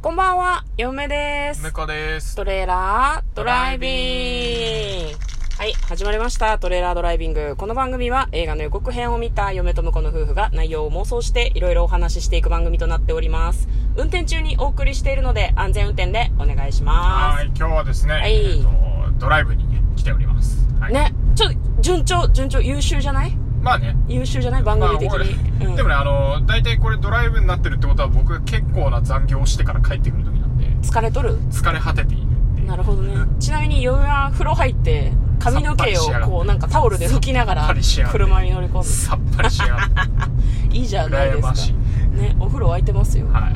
こんばんは、嫁です。 めかです。 トレーラードライビング。はい、始まりました。トレーラードライビング。この番組は映画の予告編を見た嫁と婿の夫婦が内容を妄想していろいろお話ししていく番組となっております。運転中にお送りしているので安全運転でお願いします。 はい、今日はですね、 はい、 ドライブに、ね、来ております。はい、 ね、ちょっと順調優秀じゃない？ まあね。 優秀じゃない？番組的に。 でもね、大体これドライブになってるってことは僕が結構な残業をしてから帰ってくる時なんで。 疲れとる？ 疲れ果てているっていう。なるほどね。ちなみに嫁は風呂入って、髪の毛をこうなんかタオルで拭きながら車に乗り込んで。 さっぱりしやがって。 いいじゃないですか。ね、お風呂沸いてますよ。 はい。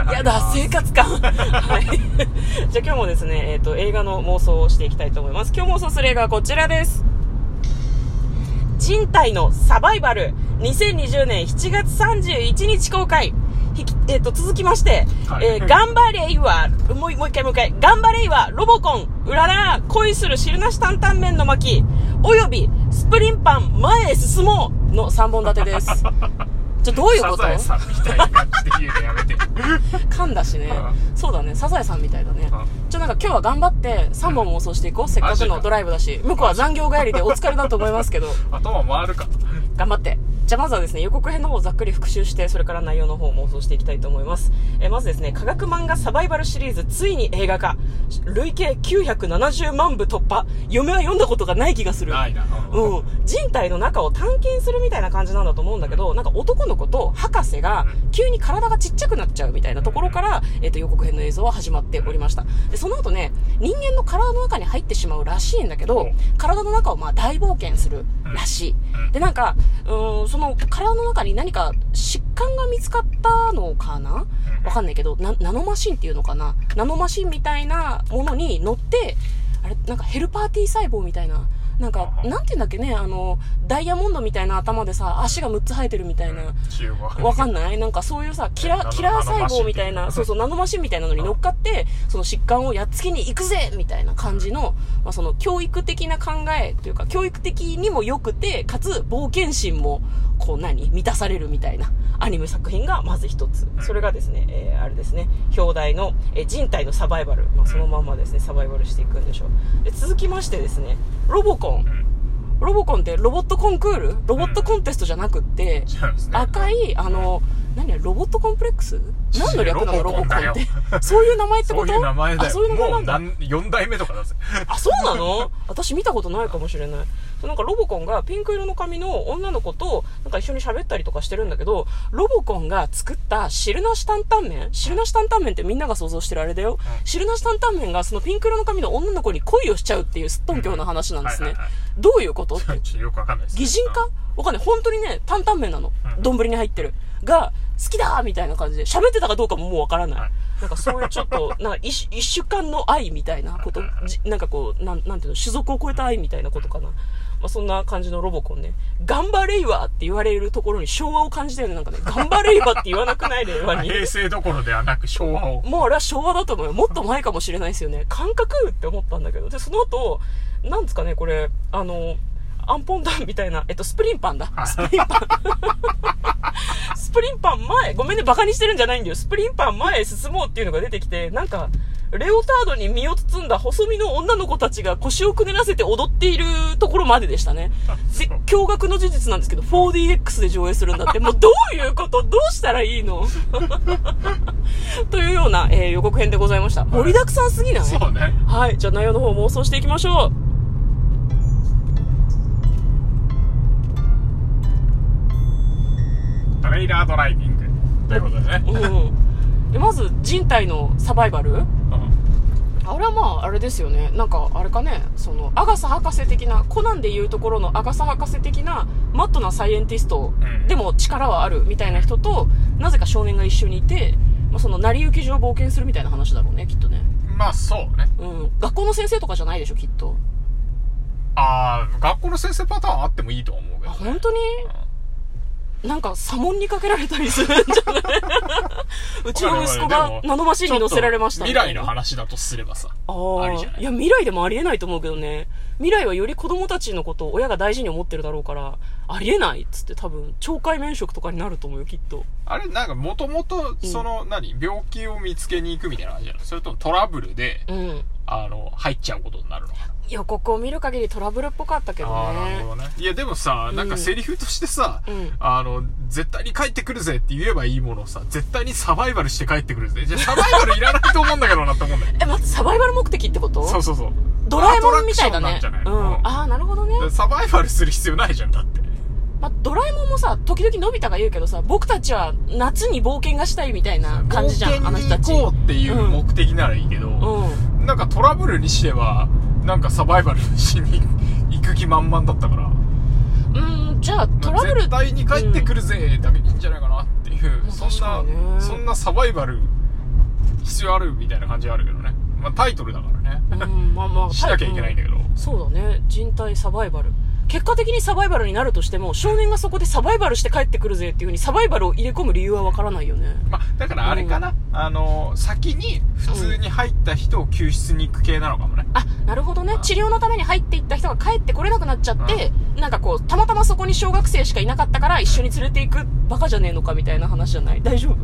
やだ、生活感。はい。じゃあ今日もですね、映画の妄想をしていきたいと思います。今日妄想する映画はこちらです。人体のサバイバル。2020年7月31日公開。続きまして、頑張れいわ、もう一回、頑張れいわ、ロボコン、うらら、恋する汁なし担々麺の巻、および、スプリンパン、前へ進もうの3本立てです。どういうこと？ サザエさんみたいな感じで言うのやめて。 噛んだしね。そうだね、サザエさんみたいだね。なんか今日は頑張って3本妄想していこう。せっかくのドライブだし、向こうは残業帰りでお疲れだと思いますけど。 頭回るか。 頑張って。じゃあまずはですね、予告編の方をざっくり復習して、それから内容の方を妄想していきたいと思います。まずですね、科学漫画サバイバルシリーズ、ついに映画化。累計970万部突破。嫁は読んだことがない気がする。 ないな。 人体の中を探検するみたいな感じなんだと思うんだけど、なんか男の子と博士が急に体がちっちゃくなっちゃうみたいなところから、予告編の映像は始まっておりました。で、その後ね、人間の体の中に入ってしまうらしいんだけど、体の中をまあ大冒険するらしい。で、なんか、その体の中に何か疾患が見つかったのかな？わかんないけど、ナノマシンっていうのかな？ナノマシンみたいなものに乗って、あれ、なんかヘルパー T 細胞みたいな、なんか、なんて言うんだっけね、ダイヤモンドみたいな頭でさ、足が6つ生えてるみたいな。わかんない？なんかそういうさ、キラー細胞みたいな、そう、ナノマシンみたいなのに乗っかって、その疾患をやっつけに行くぜみたいな感じの、まあその教育的な考えというか、教育的にも良くて、かつ冒険心も、こう満たされるみたいなアニメ作品がまず一つ。それがですね、あれですね、表題の、人体のサバイバル。まあそのまんまですね、サバイバルしていくんでしょう。で、続きましてですね、ロボコンってロボットコンクール？ロボットコンテストじゃなくって、赤い、何や、ロボットコンプレックス？何の略なのロボコンって。そういう名前ってこと？ そういう名前だよ。 そういう名前なんだ。 もう4代目とかだぜ。 あ、そうなの？私見たことないかもしれない。なんかロボコンがピンク色の髪の女の子となんか一緒に喋ったりとかしてるんだけど、ロボコンが作った汁なし担々麺ってみんなが想像してるあれだよ。汁なし担々麺がそのピンク色の髪の女の子に恋をしちゃうっていうすっとんきょうな話なんですね。どういうことって。 よくわかんないです。 擬人化？わかんない。本当にね、担々麺なの。丼に入ってる。が、好きだーみたいな感じで、喋ってたかどうかももうわからない。なんかそういうちょっと、なんか一週間の愛みたいなこと、なんかこう、なんていうの、種族を超えた愛みたいなことかな。まあそんな感じのロボコンね。頑張れいわって言われるところに昭和を感じたよね。なんかね、頑張れいわって言わなくない令和に。 平成どころではなく昭和を。 もうあれは昭和だと思うよ。もっと前かもしれないですよね。感覚って思ったんだけど。で、その後、なんですかね、これ、アンポンタンみたいな、スプリンパンだ。スプリンパン。スプリンパン前、ごめんね、バカにしてるんじゃないんだよ。スプリンパン前へ進もうっていうのが出てきて、なんか、レオタードに身を包んだ細身の女の子たちが腰をくねらせて踊っているところまででしたね。で、驚愕の事実なんですけど、4DX で上映するんだって、もうどういうこと？どうしたらいいの？というような、予告編でございました。盛りだくさんすぎない？ そうね。 はい、じゃあ内容の方妄想していきましょう。 トレイラードライビングということでね。 でまず人体のサバイバル、あれはまああれですよね。なんかあれかね、そのアガサ博士的な、コナンでいうところのアガサ博士的なマットなサイエンティスト、でも力はあるみたいな人となぜか少年が一緒にいて、まあ、その成り行き上冒険するみたいな話だろうね、きっとね。まあそうね。学校の先生とかじゃないでしょ、きっと。 学校の先生パターンあってもいいと思うけど、ね。 本当に？なんか、左門にかけられたりするんじゃないうちの息子がナノマシンに乗せられましたみたいな。 未来の話だとすればさ。 ありじゃない？いや、未来でもありえないと思うけどね。未来はより子供たちのことを親が大事に思ってるだろうから、 ありえないっつって多分、懲戒免職とかになると思うよ、きっと。 あれ、なんか、もともと、病気を見つけに行くみたいな感じなの？それともトラブルで、入っちゃうことになるのかな？ 予告を見る限りトラブルっぽかったけどね。 なるほどね。いや、でもさ、なんかセリフとしてさ、絶対に帰ってくるぜって言えばいいものをさ、絶対にサバイバルして帰ってくるぜ。じゃあサバイバルいらないと思うんだけどなって思うんだよ。 待って、サバイバル目的ってこと？ そうそうそう。 ドラえもんみたいだね。 アトラクションなんじゃない？ ああ、なるほどね。 サバイバルする必要ないじゃん、だって。 ドラえもんもさ、時々のび太が言うけどさ、僕たちは夏に冒険がしたいみたいな感じじゃん、あの人たち。 冒険に行こうっていう目的ならいいけど、なんかトラブルにしては、なんかサバイバルしに行く気満々だったから。 じゃあトラブル。 絶対に帰ってくるぜ、だけでいいんじゃないかなっていう、そんなサバイバル必要あるみたいな感じはあるけどね。まあタイトルだからね。しなきゃいけないんだけど。 そうだね、人体サバイバル。結果的にサバイバルになるとしても、少年がそこでサバイバルして帰ってくるぜっていう風にサバイバルを入れ込む理由はわからないよね。 だからあれかな、先に普通に入った人を救出に行く系なのかもね。 なるほどね。治療のために入っていった人が帰ってこれなくなっちゃって、なんかこう、たまたまそこに小学生しかいなかったから一緒に連れて行くバカじゃねえのかみたいな話じゃない？大丈夫？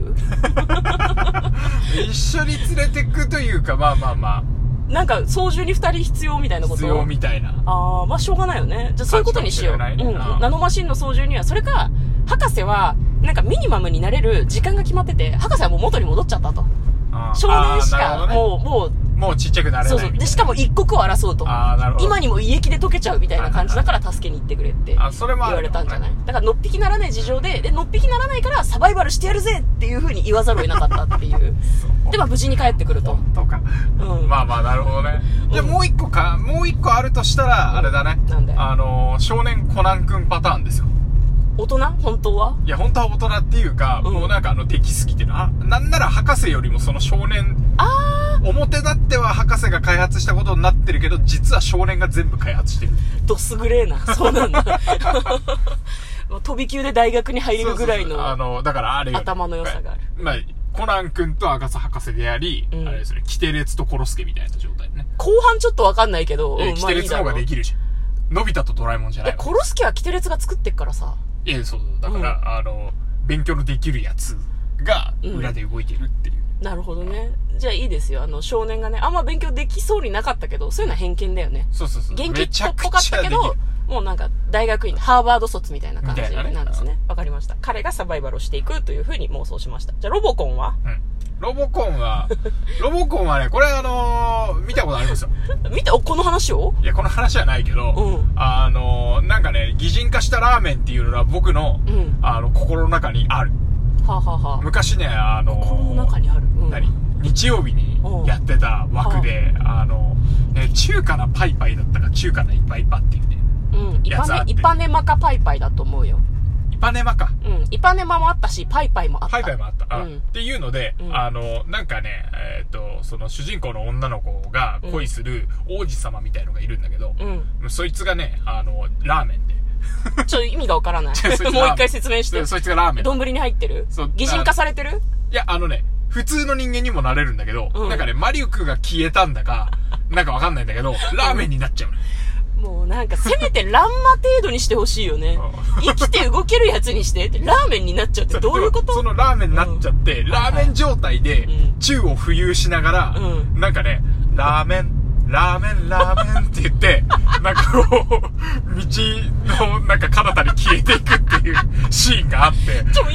一緒に連れてくというか、 なんか、操縦に2人必要みたいなこと？ 必要みたいな。 しょうがないよね。じゃあそういうことにしよう。ナノマシンの操縦には、それか、博士は、なんかミニマムになれる時間が決まってて、博士はもう元に戻っちゃったと。少年しか、 もうちっちゃくなれないみたいな。 そう。で、しかも一刻を争うと。今にも胃液で溶けちゃうみたいな感じだから助けに行ってくれって言われたんじゃない？だからのっぴきならない事情で、のっぴきならないからサバイバルしてやるぜっていう風に言わざるを得なかったっていう。で、無事に帰ってくると。 とか。なるほどね。じゃあもう一個あるとしたら、あれだね。 なんで？ 少年コナンくんパターンですよ。 大人？本当は？ いや、本当は大人っていうか、もうなんかできすぎてる。なんなら博士よりもその少年、表立っては博士が開発したことになってるけど、実は少年が全部開発してる。 どすぐれーな。そうなんだ。飛び級で大学に入れるぐらいの、 だからあれ頭の良さがある。 コナン君と赤瀬博士であり、あれですね、キテレツとコロスケみたいな状態ね。 後半ちょっとわかんないけど、 キテレツの方ができるじゃん。のび太とドラえもんじゃない。 コロスケはキテレツが作ってっからさ。 そう。だから、勉強のできるやつが裏で動いてるっていう。 なるほどね。じゃあいいですよ。少年がね、あんま勉強できそうになかったけど、そういうのは偏見だよね。 そう。 元気っぽかったけど、もうなんか大学院、ハーバード卒みたいな感じなんですね。わかりました。彼がサバイバルをしていくという風に妄想しました。じゃあロボコンは？ ロボコンはね、これ見たことありますよ。 この話を？ いや、この話はないけど、なんかね、擬人化したラーメンっていうのは僕の、心の中にある。昔ね、 心の中にある。 日曜日にやってた枠で、中華なパイパイだったか、中華なイパイパっていうね。 イパネマかパイパイだと思うよ。 イパネマか。 イパネマもあったし、パイパイもあった。 パイパイもあった。っていうので、なんかね、その主人公の女の子が恋する王子様みたいのがいるんだけど、そいつがね、ラーメンで。 意味がわからない。もう一回説明して。 そいつがラーメン。 丼に入ってる？擬人化されてる？ いや、普通の人間にもなれるんだけど、なんかね、魔力が消えたんだか、なんかわかんないんだけど、ラーメンになっちゃうの。 もうなんかせめてランマ程度にしてほしいよね。生きて動けるやつにしてって、ラーメンになっちゃうってどういうこと？ そのラーメンになっちゃって、ラーメン状態で宙を浮遊しながら、なんかね、ラーメンって言って、なんかこう、道のなんか彼方に消えていくっていうシーンがあって。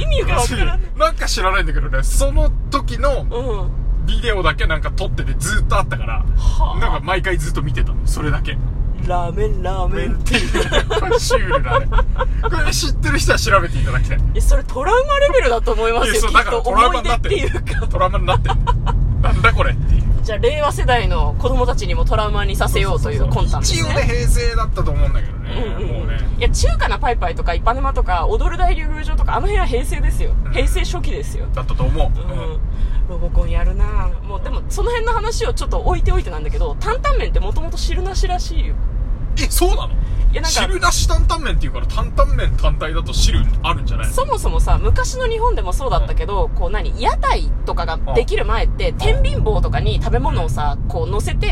意味がわからない。 なんか知らないんだけどね、その時のビデオだけなんか撮っててずっとあったから、なんか毎回ずっと見てたの、それだけ。 ラーメンっていうね、これシュールなね。これ知ってる人は調べていただきたい。 それトラウマレベルだと思いますよ。 だからトラウマになってる。トラウマになってる。なんだこれっていう。 じゃあ令和世代の子供たちにもトラウマにさせようという魂胆ですね。 一応ね、平成だったと思うんだけどね。もうね。 いや、中華なパイパイとかイパネマとか踊る大竜宮城とかあの辺は平成ですよ。平成初期ですよ。 だったと思う。 ロボコンやるな。もうでもその辺の話をちょっと置いておいてなんだけど、担々麺ってもともと汁なしらしいよ。 そうなの？いや、なんか汁なし担々麺っていうから担々麺単体だと汁あるんじゃないの？ そもそもさ、昔の日本でもそうだったけど、こう屋台とかができる前って天秤棒とかに食べ物をさ、こう乗せて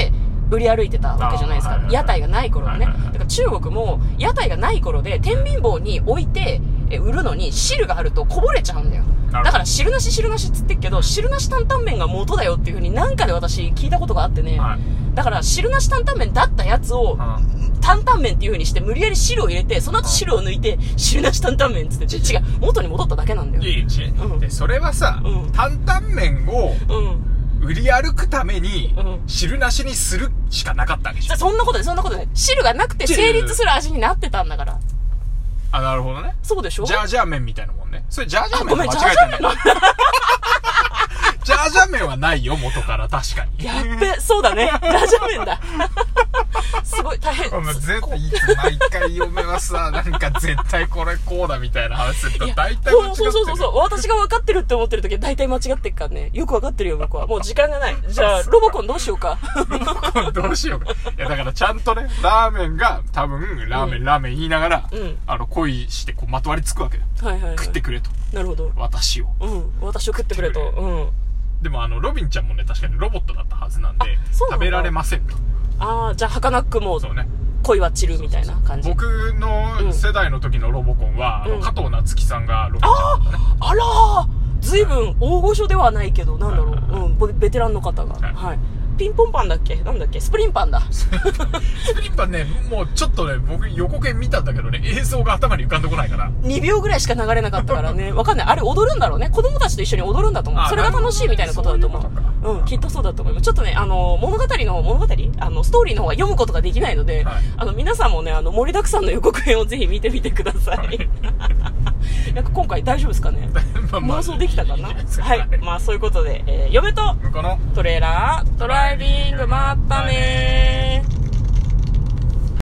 売り歩いてたわけじゃないですか。屋台がない頃はね。 はいはいはいだから中国も屋台がない頃で天秤棒に置いて売るのに汁があるとこぼれちゃうんだよ。だから汁なし汁なしっつってっけど、汁なし担々麺が元だよっていう風になんかで私聞いたことがあってね。 はい、 だから汁なし担々麺だったやつを担々麺っていう風にして無理やり汁を入れて、その後汁を抜いて汁なし担々麺っつって違う、元に戻っただけなんだよ。 いいでそれはさ、担々麺を売り歩くために汁なしにするしかなかったわけでしょ。 そんなことね。汁がなくて成立する味になってたんだから。 あ、なるほどね。 そうでしょ。 ジャージャー麺みたいなもんね。それジャージャー麺ごめん、 間違えてんだよ。ジャージャー麺はないよ、元から確かに。 やっべ、そうだね。ジャージャー麺だ。すごい大変。 絶対いつ毎回嫁はさ、なんか絶対これこうだみたいな話すると大体間違ってる。 そう。私が分かってるって思ってる時は大体間違ってっからね。よく分かってるよ、僕は。もう時間がない。じゃあ、ロボコンどうしようか。 ロボコンどうしようか。いや、だからちゃんとね、ラーメンが多分、ラーメン言いながら、恋してこうまとわりつくわけだ。 はいはい。 食ってくれと。 なるほど。 私を。 私を食ってくれと。 でもロビンちゃんもね、確かにロボットだったはずなんで、食べられませんと。 ああ、じゃあ、儚くも、恋は散るみたいな感じ。 僕の世代の時のロボコンは、加藤夏樹さんがロビンちゃんだったね。 あらー、ずいぶん大御所ではないけど、なんだろう。ベテランの方が。はい。ピンポンパンだっけなんだっけスプリンパンだ。 スプリンパンね、もうちょっとね、僕予告編見たんだけどね、映像が頭に浮かんでこないから。 2秒ぐらいしか流れなかったからね。わかんない。あれ踊るんだろうね。子供たちと一緒に踊るんだと思う。それが楽しいみたいなことだと思う。きっとそうだと思います。ちょっとね、物語、ストーリーの方は読むことができないので、皆さんもね、盛りだくさんの予告編をぜひ見てみてください。なんか今回大丈夫ですかね妄想できたかなはい。まあそういうことで、嫁とトレーラードライビング、まったねー。